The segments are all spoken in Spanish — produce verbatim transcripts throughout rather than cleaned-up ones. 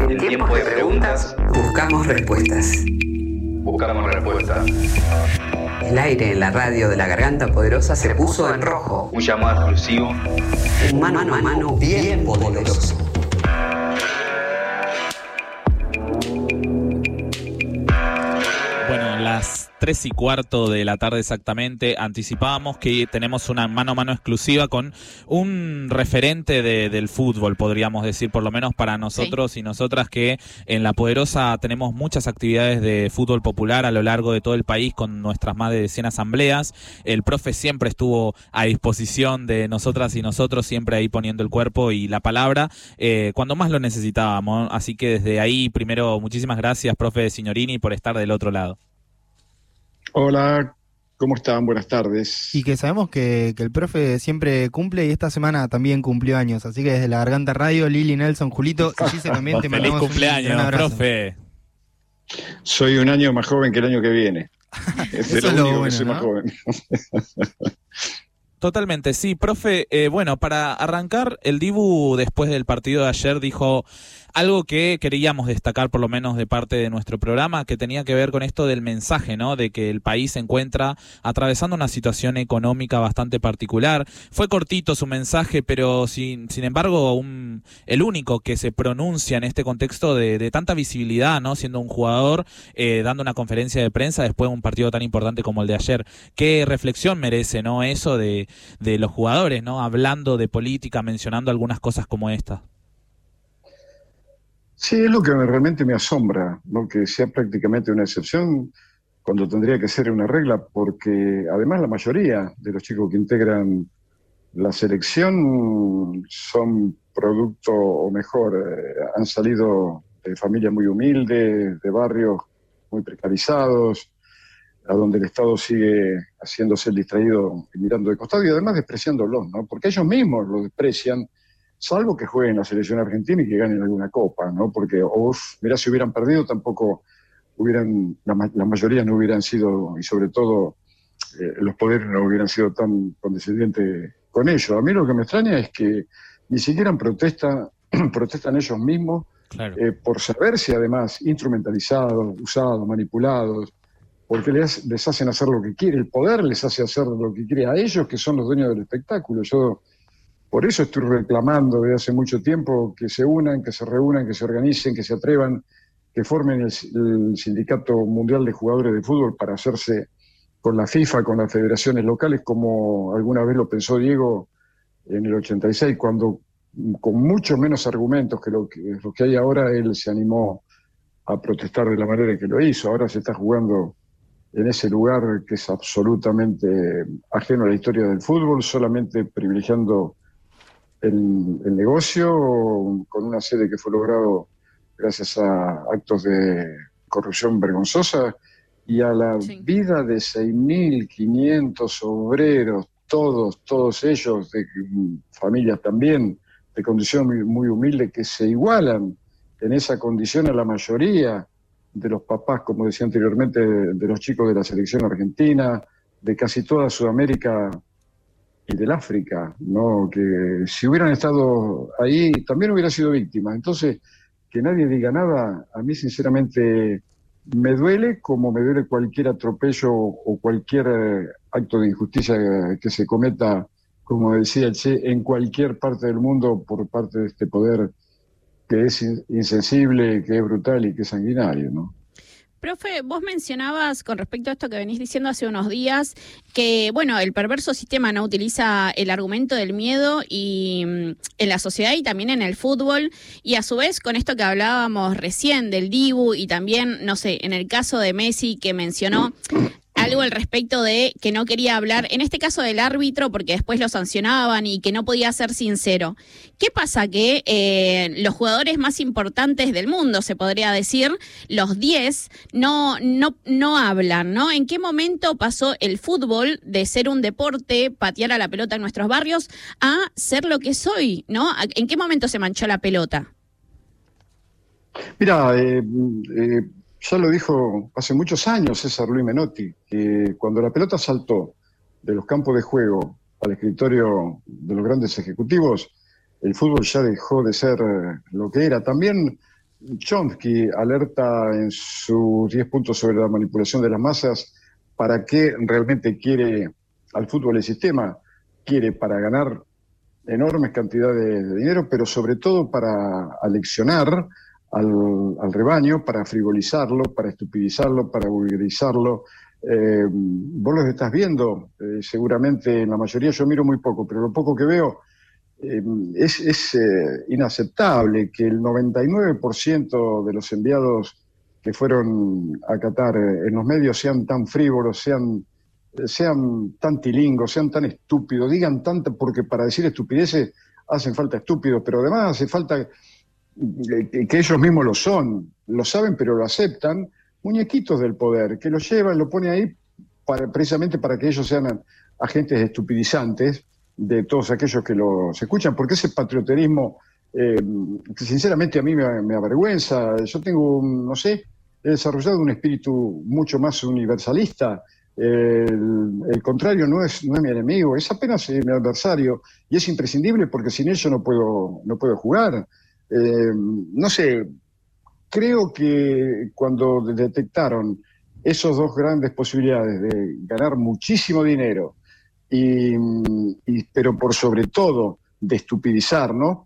En tiempos de preguntas, buscamos respuestas. Buscamos respuestas. El aire en la radio de la Garganta Poderosa se puso en rojo. Un llamado exclusivo. Un mano a mano bien poderoso. Bueno, las tres y cuarto de la tarde exactamente, anticipábamos que tenemos una mano a mano exclusiva con un referente de, del fútbol, podríamos decir, por lo menos para nosotros sí. y nosotras, que en La Poderosa tenemos muchas actividades de fútbol popular a lo largo de todo el país con nuestras más de cien asambleas. El profe siempre estuvo a disposición de nosotras y nosotros, siempre ahí poniendo el cuerpo y la palabra eh, cuando más lo necesitábamos. Así que desde ahí, primero, muchísimas gracias, profe Signorini, por estar del otro lado. Hola, ¿cómo están? Buenas tardes. Y que sabemos que, que el profe siempre cumple y esta semana también cumplió años, así que desde la Garganta Radio, Lili, Nelson, Julito y Gise también te mandamos feliz cumpleaños, un profe. Soy un año más joven que el año que viene. Es Eso lo es lo único bueno, que soy ¿no? más joven. Totalmente, sí, profe. Eh, bueno, para arrancar, el Dibu después del partido de ayer dijo algo que queríamos destacar, por lo menos de parte de nuestro programa, que tenía que ver con esto del mensaje, ¿no? De que el país se encuentra atravesando una situación económica bastante particular. Fue cortito su mensaje, pero sin, sin embargo, un, el único que se pronuncia en este contexto de, de tanta visibilidad, ¿no? Siendo un jugador, eh, dando una conferencia de prensa después de un partido tan importante como el de ayer. ¿Qué reflexión merece, ¿no? Eso de, de los jugadores, ¿no? Hablando de política, mencionando algunas cosas como esta. Sí, es lo que realmente me asombra, ¿no? Que sea prácticamente una excepción cuando tendría que ser una regla, porque además la mayoría de los chicos que integran la selección son producto, o mejor, eh, han salido de familias muy humildes, de barrios muy precarizados, a donde el Estado sigue haciéndose el distraído y mirando de costado y además despreciándolos, ¿no? Porque ellos mismos lo desprecian, salvo que jueguen la selección argentina y que ganen alguna copa, ¿no? Porque, uff, mirá, si hubieran perdido tampoco hubieran, la, la mayoría no hubieran sido, y sobre todo eh, los poderes no hubieran sido tan condescendientes con ellos. A mí lo que me extraña es que ni siquiera protesta, protestan ellos mismos, claro. eh, por saberse además instrumentalizados, usados, manipulados, porque les, les hacen hacer lo que quiere, el poder les hace hacer lo que quiere a ellos, que son los dueños del espectáculo. Yo por eso estoy reclamando desde hace mucho tiempo que se unan, que se reúnan, que se organicen, que se atrevan, que formen el, el Sindicato Mundial de Jugadores de Fútbol para hacerse con la FIFA, con las federaciones locales, como alguna vez lo pensó Diego en el ochenta y seis, cuando con mucho menos argumentos que lo que, lo que hay ahora, él se animó a protestar de la manera en que lo hizo. Ahora se está jugando en ese lugar que es absolutamente ajeno a la historia del fútbol, solamente privilegiando El, el negocio, con una sede que fue logrado gracias a actos de corrupción vergonzosa y a la sí. vida de seis mil quinientos obreros, todos, todos ellos, de familias también, de condición muy, muy humilde, que se igualan en esa condición a la mayoría de los papás, como decía anteriormente, de, de los chicos de la selección argentina, de casi toda Sudamérica y del África, ¿no? Que si hubieran estado ahí también hubieran sido víctimas. Entonces, que nadie diga nada, a mí sinceramente me duele, como me duele cualquier atropello o cualquier eh, acto de injusticia que se cometa, como decía el Che, en cualquier parte del mundo por parte de este poder que es insensible, que es brutal y que es sanguinario, ¿no? Profe, vos mencionabas con respecto a esto que venís diciendo hace unos días, que bueno, el perverso sistema no utiliza el argumento del miedo y en la sociedad y también en el fútbol, y a su vez con esto que hablábamos recién del Dibu y también, no sé, en el caso de Messi que mencionó algo al respecto de que no quería hablar, en este caso del árbitro, porque después lo sancionaban y que no podía ser sincero. ¿Qué pasa? Que eh, los jugadores más importantes del mundo, se podría decir, los diez, no, no, no hablan, ¿no? ¿En qué momento pasó el fútbol de ser un deporte, patear a la pelota en nuestros barrios, a ser lo que es hoy, ¿no? ¿En qué momento se manchó la pelota? Mira, eh, eh, ya lo dijo hace muchos años César Luis Menotti, que cuando la pelota saltó de los campos de juego al escritorio de los grandes ejecutivos, el fútbol ya dejó de ser lo que era. También Chomsky alerta en sus diez puntos sobre la manipulación de las masas. ¿Para qué realmente quiere al fútbol el sistema? Quiere para ganar enormes cantidades de dinero, pero sobre todo para aleccionar al, al rebaño, para frivolizarlo, para estupidizarlo, para vulgarizarlo. Eh, vos los estás viendo, eh, seguramente en la mayoría, yo miro muy poco, pero lo poco que veo eh, es, es eh, inaceptable que el noventa y nueve por ciento de los enviados que fueron a Qatar eh, en los medios sean tan frívolos, sean sean tan tilingos, sean tan estúpidos, digan tanto, porque para decir estupideces hacen falta estúpidos, pero además hace falta que, que ellos mismos lo son, lo saben pero lo aceptan, muñequitos del poder, que lo llevan, lo ponen ahí para, precisamente para que ellos sean agentes estupidizantes de todos aquellos que los escuchan, porque ese patrioterismo, eh, que sinceramente a mí me, me avergüenza. Yo tengo, un, no sé, he desarrollado un espíritu mucho más universalista. El, el contrario no es, no es mi enemigo, es apenas mi adversario, y es imprescindible porque sin ello no puedo, no puedo jugar. Eh, no sé, creo que cuando detectaron esas dos grandes posibilidades de ganar muchísimo dinero, y, y, pero por sobre todo de estupidizarnos,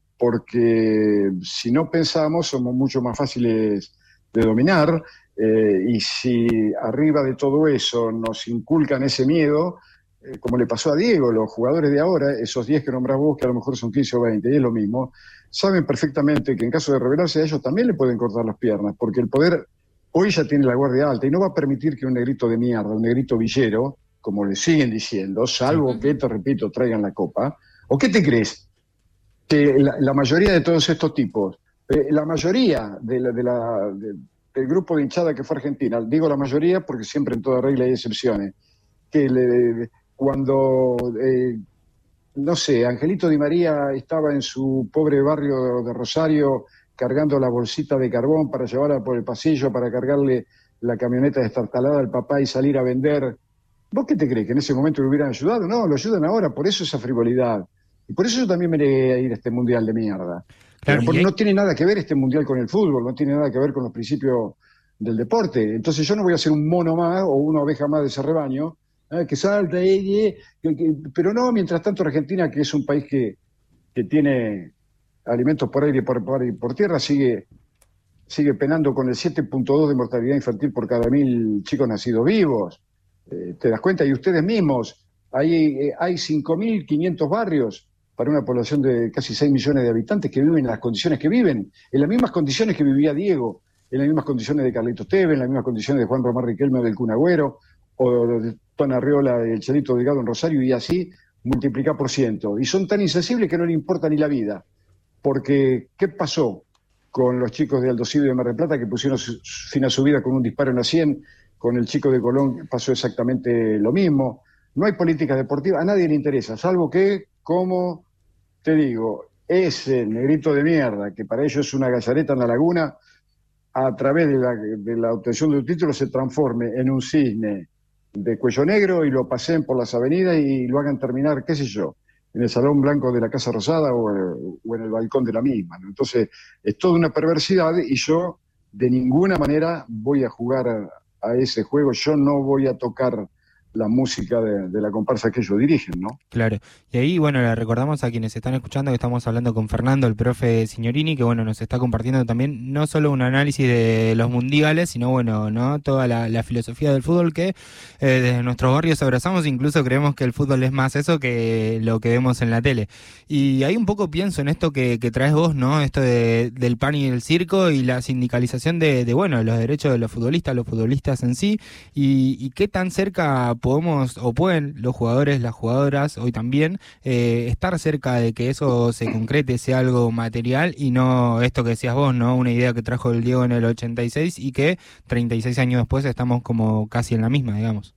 porque si no pensamos somos mucho más fáciles de dominar. Eh, y si arriba de todo eso nos inculcan ese miedo, eh, como le pasó a Diego, los jugadores de ahora, esos diez que nombrás vos, que a lo mejor son quince o veinte, y es lo mismo, saben perfectamente que en caso de rebelarse a ellos también le pueden cortar las piernas, porque el poder hoy ya tiene la guardia alta y no va a permitir que un negrito de mierda, un negrito villero, como le siguen diciendo, salvo que, te repito, traigan la copa. ¿O qué te crees? Que la, la mayoría de todos estos tipos, eh, la mayoría de la... De la de, el grupo de hinchada que fue Argentina, digo la mayoría porque siempre en toda regla hay excepciones, que le, cuando, eh, no sé, Angelito Di María estaba en su pobre barrio de Rosario cargando la bolsita de carbón para llevarla por el pasillo, para cargarle la camioneta destartalada al papá y salir a vender. ¿Vos qué te crees? ¿Que en ese momento lo hubieran ayudado? No, lo ayudan ahora, por eso esa frivolidad. Y por eso yo también me negué a ir a este mundial de mierda. Claro, porque hay... no tiene nada que ver este mundial con el fútbol, no tiene nada que ver con los principios del deporte. Entonces yo no voy a ser un mono más o una oveja más de ese rebaño, ¿eh? que salta, eh, eh, que, que, pero no, mientras tanto Argentina, que es un país que, que tiene alimentos por aire y por, por, por tierra, sigue, sigue penando con el siete punto dos de mortalidad infantil por cada mil chicos nacidos vivos. Eh, ¿Te das cuenta? Y ustedes mismos, hay, eh, hay cinco mil quinientos barrios para una población de casi seis millones de habitantes que viven en las condiciones que viven, en las mismas condiciones que vivía Diego, en las mismas condiciones de Carlitos Tevez, en las mismas condiciones de Juan Román Riquelme o del Kun Agüero, o de Ton Arriola y el Chelito Delgado en Rosario, y así multiplicar por ciento. Y son tan insensibles que no le importa ni la vida. Porque, ¿qué pasó con los chicos de Aldosido y de Mar del Plata que pusieron su, fin a su vida con un disparo en la sien? Con el chico de Colón pasó exactamente lo mismo. No hay políticas deportivas, a nadie le interesa, salvo que, como te digo, ese negrito de mierda, que para ellos es una gallareta en la laguna, a través de la, de la obtención de un título se transforme en un cisne de cuello negro y lo pasen por las avenidas y lo hagan terminar, qué sé yo, en el Salón Blanco de la Casa Rosada o, o en el balcón de la misma, ¿no? Entonces, es toda una perversidad y yo de ninguna manera voy a jugar a, a ese juego, yo no voy a tocar la música de, de la comparsa que ellos dirigen, ¿no? Claro. Y ahí, bueno, le recordamos a quienes están escuchando que estamos hablando con Fernando, el profe Signorini, que, bueno, nos está compartiendo también no solo un análisis de los mundiales, sino, bueno, ¿no? Toda la, la filosofía del fútbol que eh, desde nuestros barrios abrazamos, incluso creemos que el fútbol es más eso que lo que vemos en la tele. Y ahí un poco pienso en esto que, que traes vos, ¿no? Esto de, del pan y el circo y la sindicalización de, de, bueno, los derechos de los futbolistas, los futbolistas en sí, y, y qué tan cerca podemos o pueden los jugadores, las jugadoras, hoy también, eh, estar cerca de que eso se concrete, sea algo material y no esto que decías vos, ¿no? Una idea que trajo el Diego en el ochenta y seis y que treinta y seis años después estamos como casi en la misma, digamos.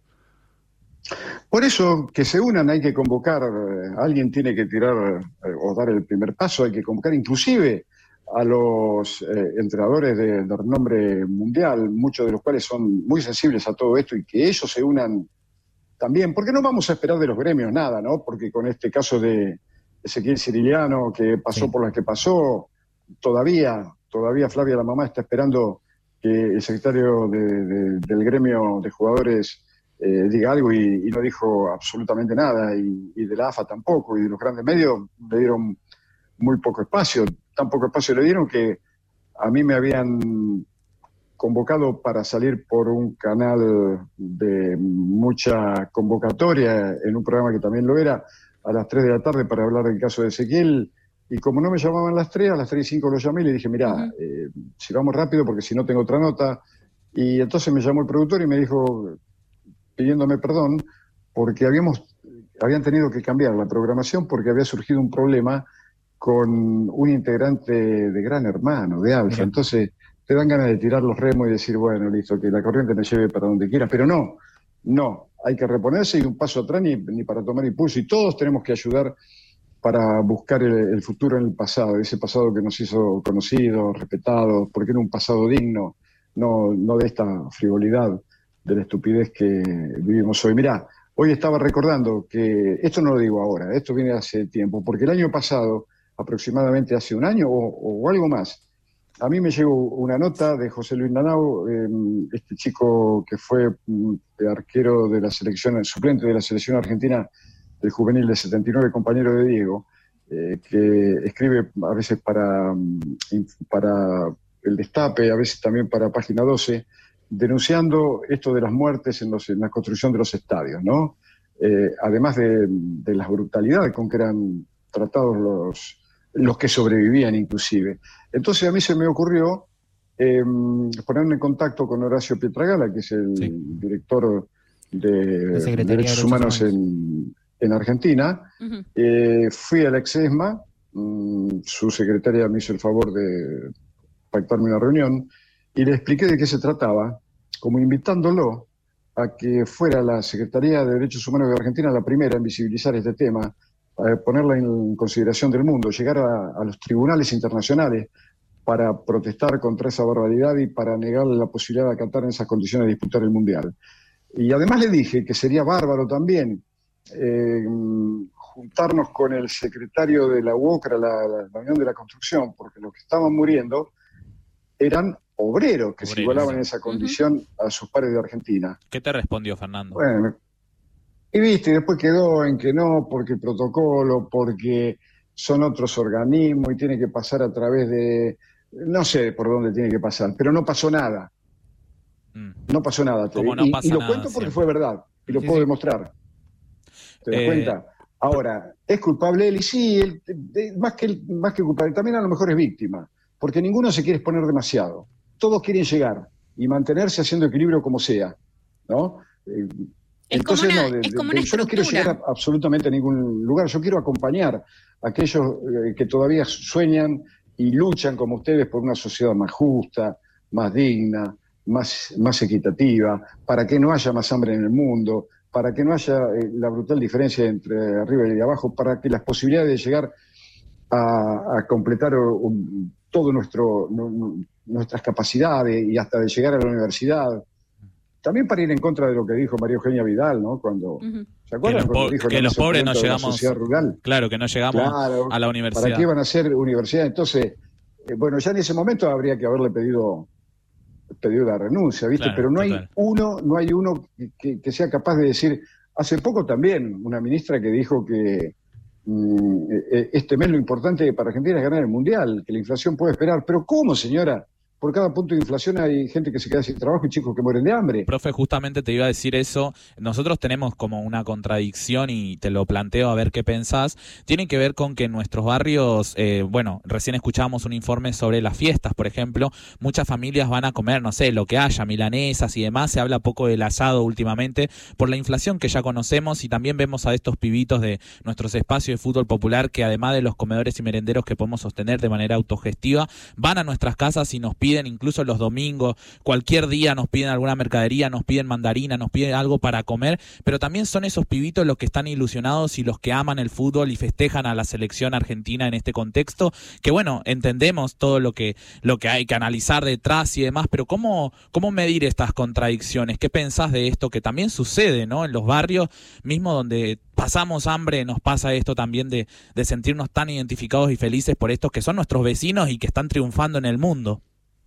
Por eso, que se unan, hay que convocar, eh, alguien tiene que tirar eh, o dar el primer paso, hay que convocar inclusive a los eh, entrenadores de, de renombre mundial, muchos de los cuales son muy sensibles a todo esto, y que ellos se unan también, porque no vamos a esperar de los gremios nada, ¿no? Porque con este caso de Ezequiel Ciriliano, que pasó sí. por las que pasó, todavía, todavía Flavia, la mamá, está esperando que el secretario de, de, del gremio de jugadores eh, diga algo y, y no dijo absolutamente nada, y, y de la A F A tampoco, y de los grandes medios le dieron muy poco espacio, tan poco espacio le dieron que a mí me habían convocado para salir por un canal de mucha convocatoria en un programa que también lo era, a las tres de la tarde para hablar del caso de Ezequiel, y como no me llamaban a las tres, a las tres y cinco lo llamé y le dije, mirá, uh-huh. eh, si vamos rápido porque si no tengo otra nota, y entonces me llamó el productor y me dijo, pidiéndome perdón, porque habíamos, habían tenido que cambiar la programación porque había surgido un problema con un integrante de Gran Hermano, de Alfa, uh-huh. Entonces te dan ganas de tirar los remos y decir, bueno, listo, que la corriente me lleve para donde quiera, pero no, no, hay que reponerse y un paso atrás ni, ni para tomar impulso, y todos tenemos que ayudar para buscar el, el futuro en el pasado, ese pasado que nos hizo conocidos, respetados, porque era un pasado digno, no, no de esta frivolidad, de la estupidez que vivimos hoy. Mirá, hoy estaba recordando que, esto no lo digo ahora, esto viene hace tiempo, porque el año pasado, aproximadamente hace un año o, o algo más, a mí me llegó una nota de José Luis Lanao, eh, este chico que fue eh, arquero de la selección, suplente de la selección argentina del juvenil de setenta y nueve, compañero de Diego, eh, que escribe a veces para, para El Destape, a veces también para Página doce, denunciando esto de las muertes en, los, en la construcción de los estadios, ¿no? Eh, además de, de las brutalidades con que eran tratados los... los que sobrevivían inclusive. Entonces a mí se me ocurrió eh, ponerme en contacto con Horacio Pietragala, que es el sí. director de Derechos Humanos en, en Argentina. Uh-huh. Eh, fui a la Exesma, mmm, su secretaria me hizo el favor de pactarme una reunión, y le expliqué de qué se trataba, como invitándolo a que fuera la Secretaría de Derechos Humanos de Argentina la primera en visibilizar este tema, a ponerla en consideración del mundo, llegar a, a los tribunales internacionales para protestar contra esa barbaridad y para negarle la posibilidad de acatar en esas condiciones de disputar el Mundial. Y además le dije que sería bárbaro también eh, juntarnos con el secretario de la U O C R A, la, la, la Unión de la Construcción, porque los que estaban muriendo eran obreros que Obreros, se igualaban sí. en esa condición uh-huh. a sus pares de Argentina. ¿Qué te respondió, Fernando? Bueno, y viste, después quedó en que no, porque el protocolo, porque son otros organismos y tiene que pasar a través de... No sé por dónde tiene que pasar, pero no pasó nada. Mm. No pasó nada. ¿Cómo no y, pasa y lo nada, cuento porque siempre. fue verdad, y lo sí, puedo sí. demostrar. ¿Te das eh... cuenta? Ahora, ¿es culpable él? Y sí, él, de, más, que, más que culpable, también a lo mejor es víctima, porque ninguno se quiere exponer demasiado. Todos quieren llegar y mantenerse haciendo equilibrio como sea, ¿no? Eh, Es Entonces, como una, no, de, es como de, una yo no quiero llegar a absolutamente a ningún lugar, yo quiero acompañar a aquellos eh, que todavía sueñan y luchan como ustedes por una sociedad más justa, más digna, más, más equitativa, para que no haya más hambre en el mundo, para que no haya eh, la brutal diferencia entre arriba y abajo, para que las posibilidades de llegar a, a completar un, todo nuestro no, nuestras capacidades y hasta de llegar a la universidad. También para ir en contra de lo que dijo María Eugenia Vidal, ¿no? Cuando, uh-huh. ¿se acuerdan? Que los, cuando dijo que los pobres no llegamos, rural? Claro, que no llegamos claro, a la universidad. ¿Para qué iban a hacer universidad? Entonces, eh, bueno, ya en ese momento habría que haberle pedido, pedido la renuncia, ¿viste? Claro, pero no total. hay uno, no hay uno que, que sea capaz de decir. Hace poco también una ministra que dijo que mmm, este mes lo importante para Argentina es ganar el Mundial, que la inflación puede esperar. Pero ¿cómo, señora? Por cada punto de inflación hay gente que se queda sin trabajo y chicos que mueren de hambre. Profe, justamente te iba a decir eso. Nosotros tenemos como una contradicción y te lo planteo a ver qué pensás. Tiene que ver con que en nuestros barrios, eh, bueno, recién escuchábamos un informe sobre las fiestas, por ejemplo. Muchas familias van a comer, no sé, lo que haya, milanesas y demás. Se habla poco del asado últimamente por la inflación que ya conocemos, y también vemos a estos pibitos de nuestros espacios de fútbol popular que, además de los comedores y merenderos que podemos sostener de manera autogestiva, van a nuestras casas y nos piden piden incluso los domingos, cualquier día nos piden alguna mercadería, nos piden mandarina, nos piden algo para comer, pero también son esos pibitos los que están ilusionados y los que aman el fútbol y festejan a la selección argentina en este contexto, que bueno, entendemos todo lo que, lo que hay que analizar detrás y demás, pero ¿cómo, cómo medir estas contradicciones? ¿Qué pensás de esto que también sucede, ¿no? En los barrios, mismo donde pasamos hambre, nos pasa esto también de, de sentirnos tan identificados y felices por estos que son nuestros vecinos y que están triunfando en el mundo.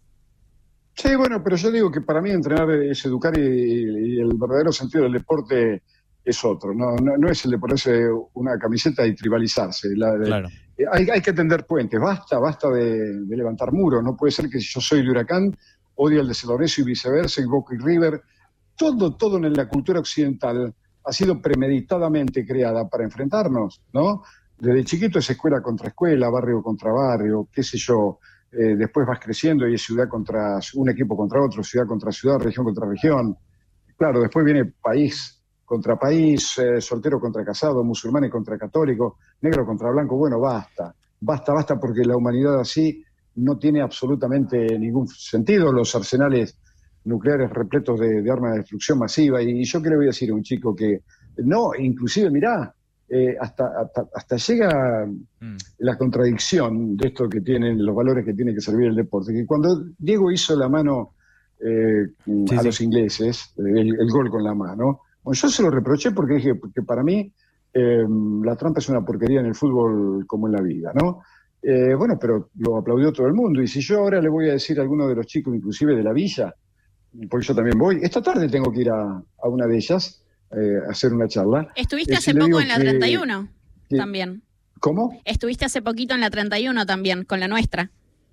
Sí, bueno, pero yo digo que para mí entrenar es educar y, y el verdadero sentido del deporte es otro. No, no, no es el de ponerse una camiseta y tribalizarse. La, Claro. eh, hay, hay que tender puentes. Basta, basta de, de levantar muros. No puede ser que si yo soy de Huracán, odie al de San Lorenzo y viceversa, y Boca y River. Todo, todo en la cultura occidental ha sido premeditadamente creada para enfrentarnos, ¿no? Desde chiquito es escuela contra escuela, barrio contra barrio, qué sé yo. Eh, después vas creciendo y es ciudad contra un equipo contra otro, ciudad contra ciudad, región contra región. Claro, después viene país contra país, eh, soltero contra casado, musulmanes contra católicos, negro contra blanco. Bueno, basta, basta, basta, porque la humanidad así no tiene absolutamente ningún sentido. Los arsenales nucleares repletos de, de armas de destrucción masiva. Y yo qué le voy a decir a un chico que, no, inclusive, mirá, eh, hasta, hasta, hasta llega mm. la contradicción de esto que tienen, los valores que tiene que servir el deporte. Que cuando Diego hizo la mano eh, sí, a sí. los ingleses, el, el gol con la mano, bueno, yo se lo reproché porque dije que para mí eh, la trampa es una porquería en el fútbol como en la vida, ¿no? Eh, bueno, pero lo aplaudió todo el mundo. Y si yo ahora le voy a decir a alguno de los chicos, inclusive de la villa, porque yo también voy, esta tarde tengo que ir a, a una de ellas eh, a hacer una charla. Estuviste eh, hace si poco en la que, treinta y uno que, también. ¿Cómo? Estuviste hace poquito en la treinta y uno también, con la nuestra.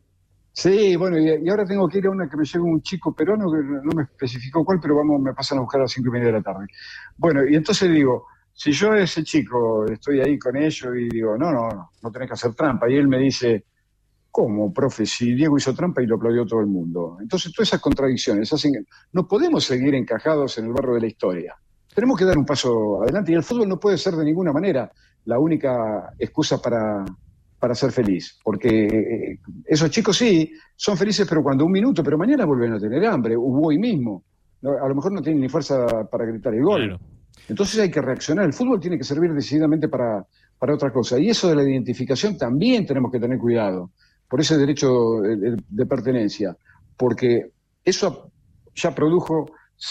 Sí, bueno, y, y ahora tengo que ir a una que me llega un chico peruano, que no me especificó cuál, pero vamos, me pasan a buscar a las cinco y media de la tarde. Bueno, y entonces digo, si yo ese chico estoy ahí con ellos y digo, no, no, no, no tenés que hacer trampa, y él me dice, ¿cómo, profe? Si Diego hizo trampa y lo aplaudió todo el mundo. Entonces, todas esas contradicciones hacen. No podemos seguir encajados en el barro de la historia. Tenemos que dar un paso adelante. Y el fútbol no puede ser de ninguna manera la única excusa para, para ser feliz. Porque esos chicos sí, son felices, pero cuando un minuto, pero mañana vuelven a tener hambre, o hoy mismo. A lo mejor no tienen ni fuerza para gritar el gol. Claro. Entonces hay que reaccionar. El fútbol tiene que servir decididamente para, para otra cosa. Y eso de la identificación también tenemos que tener cuidado. Por ese derecho de, de pertenencia, porque eso ya produjo,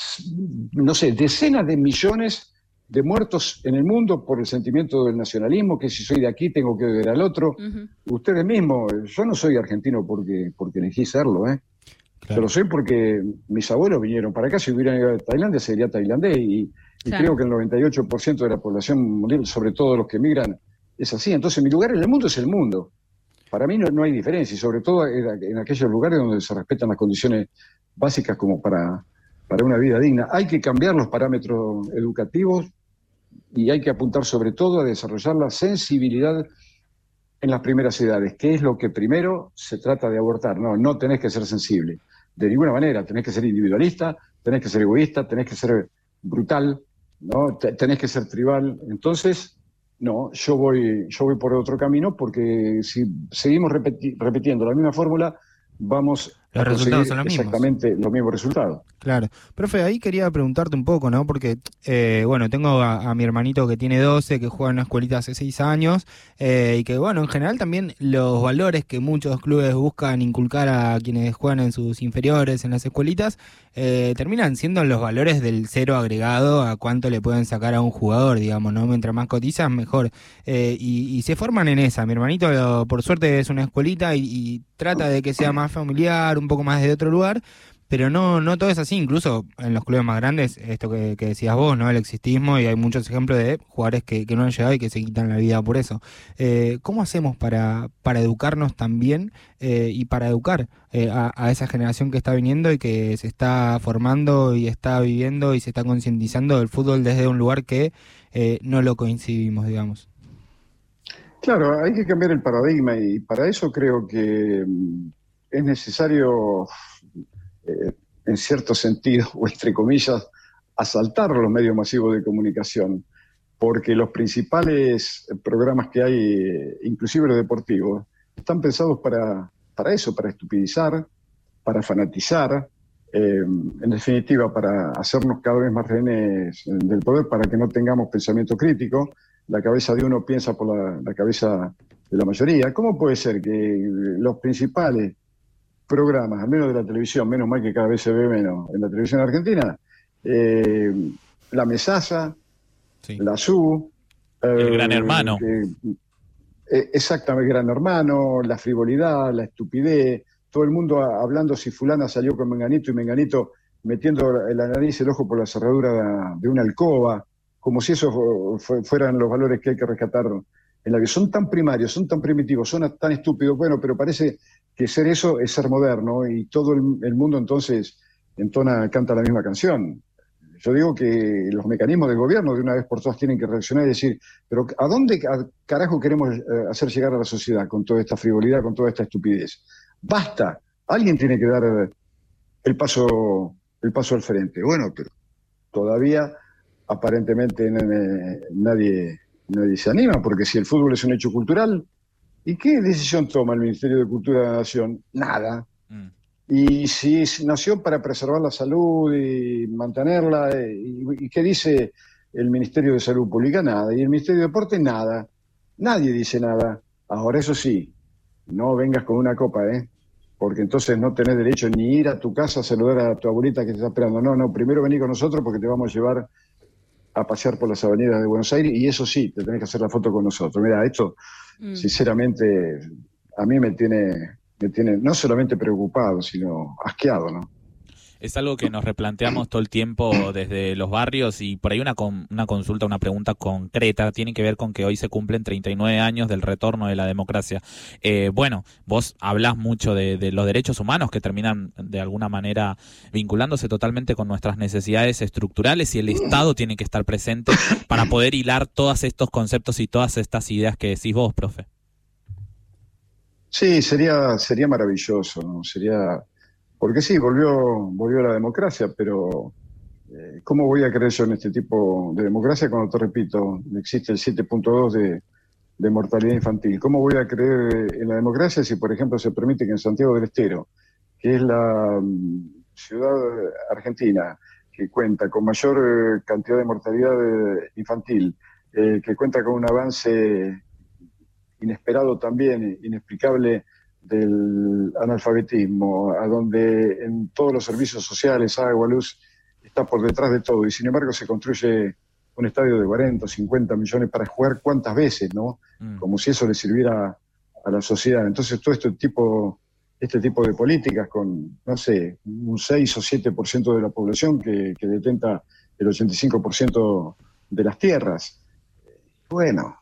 no sé, decenas de millones de muertos en el mundo por el sentimiento del nacionalismo, que si soy de aquí tengo que ver al otro. Uh-huh. Ustedes mismos, yo no soy argentino porque, porque elegí serlo, ¿eh? Claro. Yo lo soy porque mis abuelos vinieron para acá, si hubieran ido a Tailandia sería tailandés, y, y claro. creo que el noventa y ocho por ciento de la población mundial, sobre todo los que emigran, es así. Entonces mi lugar en el mundo es el mundo. Para mí no, no hay diferencia, y sobre todo en, en aquellos lugares donde se respetan las condiciones básicas como para, para una vida digna. Hay que cambiar los parámetros educativos y hay que apuntar sobre todo a desarrollar la sensibilidad en las primeras edades, que es lo que primero se trata de abordar. No, no tenés que ser sensible, de ninguna manera. Tenés que ser individualista, tenés que ser egoísta, tenés que ser brutal, ¿no? Tenés que ser tribal. Entonces... No, yo voy, yo voy por otro camino, porque si seguimos repeti- repitiendo la misma fórmula, vamos los a resultados son los exactamente mismos. los mismos resultados. Claro. Profe, ahí quería preguntarte un poco, ¿no? Porque, eh, bueno, tengo a, a mi hermanito que tiene doce, que juega en una escuelita hace seis años, eh, y que, bueno, en general también los valores que muchos clubes buscan inculcar a quienes juegan en sus inferiores, en las escuelitas, eh, terminan siendo los valores del cero agregado a cuánto le pueden sacar a un jugador, digamos, ¿no? Mientras más cotizan, mejor. Eh, y, y se forman en esa. Mi hermanito, por suerte, es una escuelita y, y trata de que sea más familiar, un poco más de otro lugar, pero no no todo es así. Incluso en los clubes más grandes, esto que, que decías vos, ¿no? El existismo, y hay muchos ejemplos de jugadores que, que no han llegado y que se quitan la vida por eso. Eh, ¿Cómo hacemos para, para educarnos también eh, y para educar eh, a, a esa generación que está viniendo y que se está formando y está viviendo y se está concientizando del fútbol desde un lugar que eh, no lo coincidimos, digamos? Claro, hay que cambiar el paradigma, y para eso creo que es necesario, eh, en cierto sentido, o entre comillas, asaltar los medios masivos de comunicación, porque los principales programas que hay, inclusive los deportivos, están pensados para, para eso, para estupidizar, para fanatizar, eh, en definitiva para hacernos cada vez más rehenes del poder, para que no tengamos pensamiento crítico. La cabeza de uno piensa por la, la cabeza de la mayoría. ¿Cómo puede ser que los principales programas, al menos de la televisión, menos mal que cada vez se ve menos en la televisión argentina, eh, La Mesaza, Sí. La S U, El eh, Gran Hermano. eh, eh, exactamente, Gran Hermano, la frivolidad, la estupidez, todo el mundo a- hablando si fulana salió con Menganito y Menganito metiendo la nariz y el ojo por la cerradura de, de una alcoba, como si esos fu- fu- fueran los valores que hay que rescatar en la vida. Son tan primarios, son tan primitivos, son tan estúpidos, bueno, pero parece que ser eso es ser moderno, y todo el, el mundo entonces entona, canta la misma canción. Yo digo que los mecanismos del gobierno de una vez por todas tienen que reaccionar y decir, pero ¿a dónde a carajo queremos eh, hacer llegar a la sociedad con toda esta frivolidad, con toda esta estupidez? Basta, alguien tiene que dar eh, el paso, el paso al frente. Bueno, pero todavía aparentemente n- nadie, nadie se anima, porque si el fútbol es un hecho cultural, ¿y qué decisión toma el Ministerio de Cultura de la Nación? Nada. Mm. Y si nació para preservar la salud y mantenerla, eh, ¿y, y qué dice el Ministerio de Salud Pública? Nada. Y el Ministerio de Deporte, nada. Nadie dice nada. Ahora, eso sí, no vengas con una copa, ¿eh? Porque entonces no tenés derecho ni ir a tu casa a saludar a tu abuelita que te está esperando. No, no, primero vení con nosotros porque te vamos a llevar a pasear por las avenidas de Buenos Aires, y eso sí, te tenés que hacer la foto con nosotros. Mira, esto, Mm. sinceramente, a mí me tiene... me tiene no solamente preocupado, sino asqueado, ¿no? Es algo que nos replanteamos todo el tiempo desde los barrios, y por ahí una, con, una consulta, una pregunta concreta, tiene que ver con que hoy se cumplen treinta y nueve años del retorno de la democracia. Eh, bueno, vos hablás mucho de, de los derechos humanos que terminan de alguna manera vinculándose totalmente con nuestras necesidades estructurales, y el Estado tiene que estar presente para poder hilar todos estos conceptos y todas estas ideas que decís vos, profe. Sí, sería, sería maravilloso, ¿no? Sería, porque sí, volvió, volvió la democracia, pero eh, ¿cómo voy a creer yo en este tipo de democracia cuando, te repito, existe el siete punto dos de, de mortalidad infantil? ¿Cómo voy a creer en la democracia si, por ejemplo, se permite que en Santiago del Estero, que es la mm, ciudad argentina que cuenta con mayor eh, cantidad de mortalidad eh, infantil, eh, que cuenta con un avance inesperado también, inexplicable, del analfabetismo, a donde en todos los servicios sociales, agua, luz, está por detrás de todo, y sin embargo se construye un estadio de cuarenta, cincuenta millones para jugar cuántas veces, ¿no? Mm. Como si eso le sirviera a la sociedad. Entonces todo este tipo, este tipo de políticas con, no sé, un seis o siete por ciento de la población que, que detenta el ochenta y cinco por ciento de las tierras. Bueno,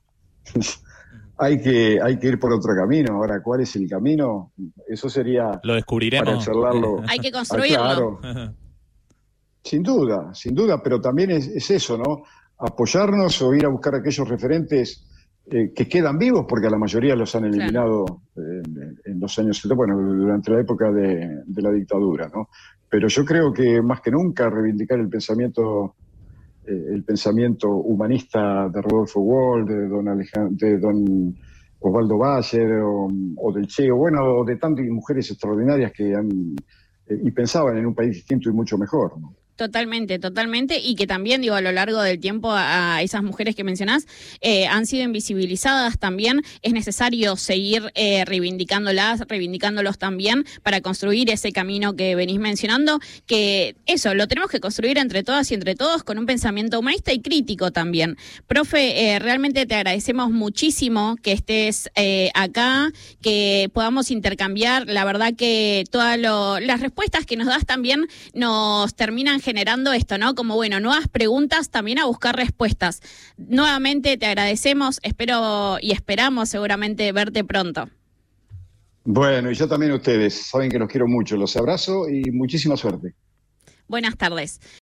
hay que, hay que ir por otro camino. Ahora, ¿cuál es el camino? Eso sería Lo descubriremos. para charlarlo. Hay que Ah, construirlo. claro, sin duda, sin duda, pero también es, es eso, ¿no? Apoyarnos o ir a buscar aquellos referentes eh, que quedan vivos, porque a la mayoría los han eliminado eh, en, en los años setenta, bueno, durante la época de, de la dictadura, ¿no? Pero yo creo que más que nunca reivindicar el pensamiento eh, el pensamiento humanista de Rodolfo Wall, de don, Alejand- de don Osvaldo Bayer, o, o del Che, o bueno, o de tantas mujeres extraordinarias que han eh, y pensaban en un país distinto y mucho mejor, ¿no? Totalmente, totalmente, y que también, digo, a lo largo del tiempo a, a esas mujeres que mencionás eh, han sido invisibilizadas también. Es necesario seguir eh, reivindicándolas, reivindicándolos también para construir ese camino que venís mencionando, que eso, lo tenemos que construir entre todas y entre todos con un pensamiento humanista y crítico también. Profe, eh, realmente te agradecemos muchísimo que estés eh, acá, que podamos intercambiar. La verdad que todas lo, las respuestas que nos das también nos terminan generando esto, ¿no? Como, bueno, nuevas preguntas, también a buscar respuestas. Nuevamente te agradecemos, espero y esperamos seguramente verte pronto. Bueno, y yo también a ustedes, saben que los quiero mucho, los abrazo y muchísima suerte. Buenas tardes.